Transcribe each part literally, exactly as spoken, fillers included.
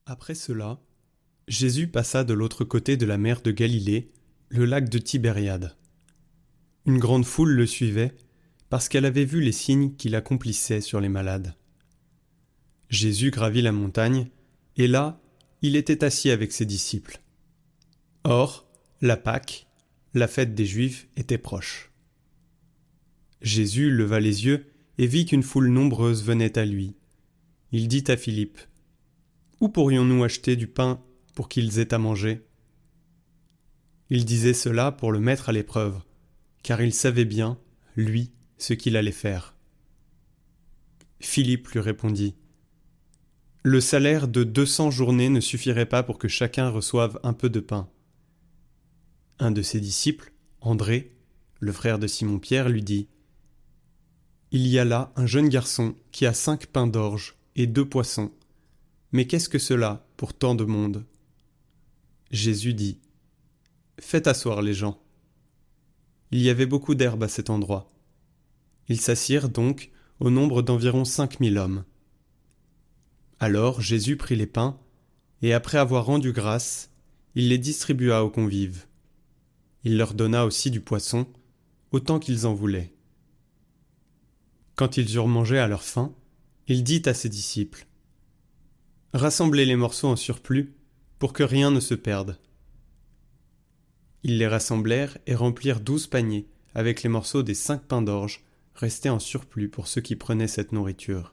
Après cela, Jésus passa de l'autre côté de la mer de Galilée, le lac de Tibériade. Une grande foule le suivait, parce qu'elle avait vu les signes qu'il accomplissait sur les malades. Jésus gravit la montagne, et là, il était assis avec ses disciples. Or, la Pâque, la fête des Juifs, était proche. Jésus leva les yeux et vit qu'une foule nombreuse venait à lui. Il dit à Philippe : « Où pourrions-nous acheter du pain pour qu'ils aient à manger ?» Il disait cela pour le mettre à l'épreuve, car il savait bien, lui, ce qu'il allait faire. Philippe lui répondit : « Le salaire de deux cents journées ne suffirait pas pour que chacun reçoive un peu de pain. » Un de ses disciples, André, le frère de Simon-Pierre, lui dit : « Il y a là un jeune garçon qui a cinq pains d'orge et deux poissons. Mais qu'est-ce que cela pour tant de monde ?» Jésus dit : « Faites asseoir les gens. » Il y avait beaucoup d'herbe à cet endroit. Ils s'assirent donc au nombre d'environ cinq mille hommes. Alors Jésus prit les pains, et après avoir rendu grâce, il les distribua aux convives. Il leur donna aussi du poisson, autant qu'ils en voulaient. Quand ils eurent mangé à leur faim, il dit à ses disciples : « Rassemblez les morceaux en surplus, pour que rien ne se perde. » Ils les rassemblèrent et remplirent douze paniers avec les morceaux des cinq pains d'orge restés en surplus pour ceux qui prenaient cette nourriture.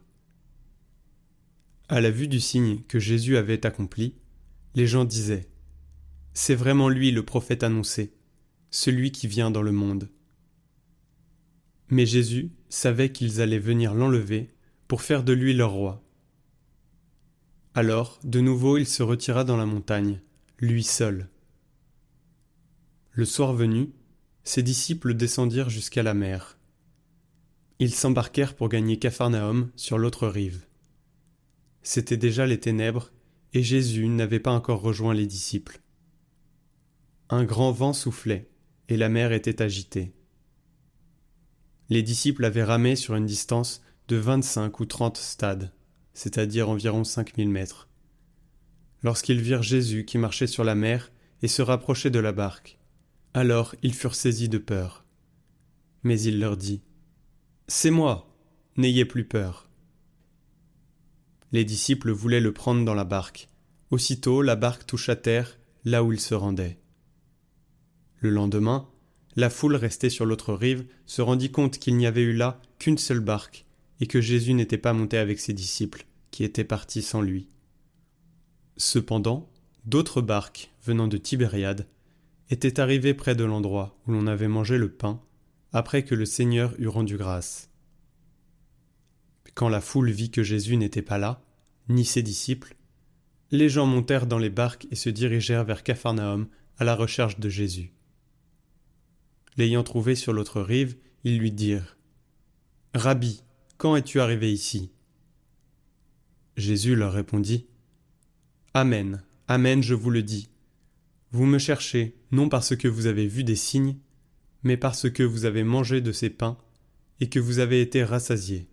À la vue du signe que Jésus avait accompli, les gens disaient : « C'est vraiment lui le prophète annoncé, celui qui vient dans le monde. » Mais Jésus savait qu'ils allaient venir l'enlever pour faire de lui leur roi. Alors, de nouveau, il se retira dans la montagne, lui seul. Le soir venu, ses disciples descendirent jusqu'à la mer. Ils s'embarquèrent pour gagner Capharnaüm sur l'autre rive. C'étaient déjà les ténèbres, et Jésus n'avait pas encore rejoint les disciples. Un grand vent soufflait, et la mer était agitée. Les disciples avaient ramé sur une distance de vingt-cinq ou trente stades, c'est-à-dire environ cinq mille mètres, lorsqu'ils virent Jésus qui marchait sur la mer et se rapprochait de la barque. Alors ils furent saisis de peur. Mais il leur dit : « C'est moi, n'ayez plus peur. » Les disciples voulaient le prendre dans la barque. Aussitôt la barque toucha terre là où il se rendait. Le lendemain, la foule restée sur l'autre rive se rendit compte qu'il n'y avait eu là qu'une seule barque et que Jésus n'était pas monté avec ses disciples, qui étaient partis sans lui. Cependant, d'autres barques, venant de Tibériade, étaient arrivées près de l'endroit où l'on avait mangé le pain, après que le Seigneur eut rendu grâce. Quand la foule vit que Jésus n'était pas là, ni ses disciples, les gens montèrent dans les barques et se dirigèrent vers Capharnaüm à la recherche de Jésus. L'ayant trouvé sur l'autre rive, ils lui dirent : « Rabbi, quand es-tu arrivé ici ?» Jésus leur répondit : « Amen, amen, je vous le dis. Vous me cherchez, non parce que vous avez vu des signes, mais parce que vous avez mangé de ces pains et que vous avez été rassasiés.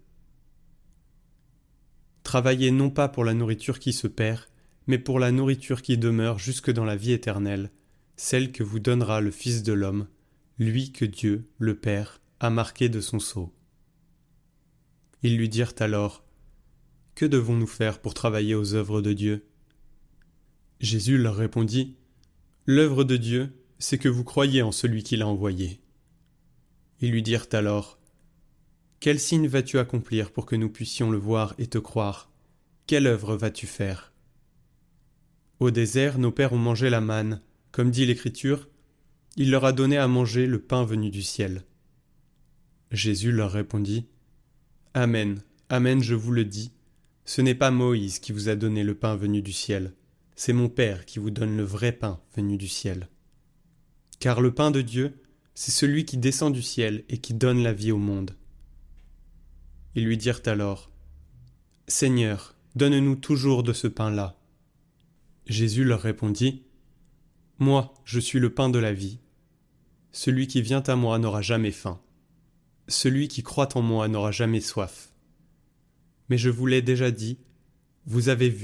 Travaillez non pas pour la nourriture qui se perd, mais pour la nourriture qui demeure jusque dans la vie éternelle, celle que vous donnera le Fils de l'homme, lui que Dieu, le Père, a marqué de son sceau. » Ils lui dirent alors : « Que devons-nous faire pour travailler aux œuvres de Dieu ?» Jésus leur répondit : « L'œuvre de Dieu, c'est que vous croyez en celui qui l'a envoyé. » Ils lui dirent alors : « Quel signe vas-tu accomplir pour que nous puissions le voir et te croire ? Quelle œuvre vas-tu faire ? Au désert, nos pères ont mangé la manne, comme dit l'Écriture, il leur a donné à manger le pain venu du ciel. » Jésus leur répondit : « Amen, amen, je vous le dis, ce n'est pas Moïse qui vous a donné le pain venu du ciel, c'est mon Père qui vous donne le vrai pain venu du ciel. Car le pain de Dieu, c'est celui qui descend du ciel et qui donne la vie au monde. » Ils lui dirent alors : « Seigneur, donne-nous toujours de ce pain-là. » Jésus leur répondit : « Moi, je suis le pain de la vie. Celui qui vient à moi n'aura jamais faim. Celui qui croit en moi n'aura jamais soif. Mais je vous l'ai déjà dit, vous avez vu,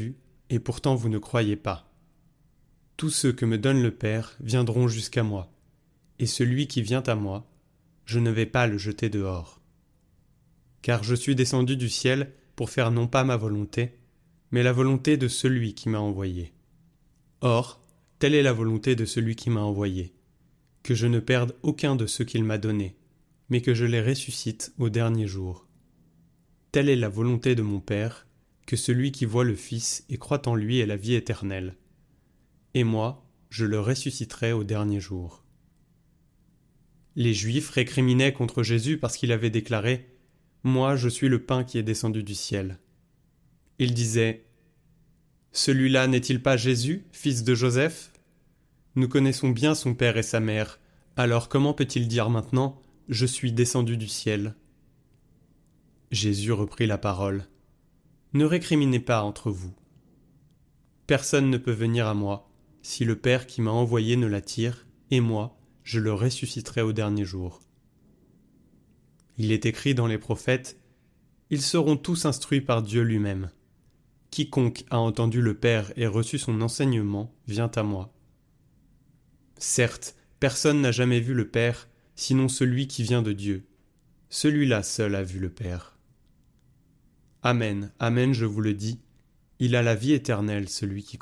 et pourtant vous ne croyez pas. Tous ceux que me donne le Père viendront jusqu'à moi, et celui qui vient à moi, je ne vais pas le jeter dehors. Car je suis descendu du ciel pour faire non pas ma volonté, mais la volonté de celui qui m'a envoyé. Or, telle est la volonté de celui qui m'a envoyé, que je ne perde aucun de ceux qu'il m'a donnés, mais que je les ressuscite au dernier jour. Telle est la volonté de mon Père, que celui qui voit le Fils et croit en lui ait la vie éternelle. Et moi, je le ressusciterai au dernier jour. Les Juifs récriminaient contre Jésus parce qu'il avait déclaré « Moi, je suis le pain qui est descendu du ciel ». Ils disaient « Celui-là n'est-il pas Jésus, fils de Joseph ? Nous connaissons bien son père et sa mère, alors comment peut-il dire maintenant « Je suis descendu du ciel » ?» Jésus reprit la parole. « Ne récriminez pas entre vous. Personne ne peut venir à moi si le Père qui m'a envoyé ne l'attire, et moi, je le ressusciterai au dernier jour. Il est écrit dans les prophètes, « Ils seront tous instruits par Dieu lui-même. Quiconque a entendu le Père et reçu son enseignement vient à moi. Certes, personne n'a jamais vu le Père, sinon celui qui vient de Dieu. Celui-là seul a vu le Père. Amen, amen, je vous le dis, il a la vie éternelle, celui qui croit. »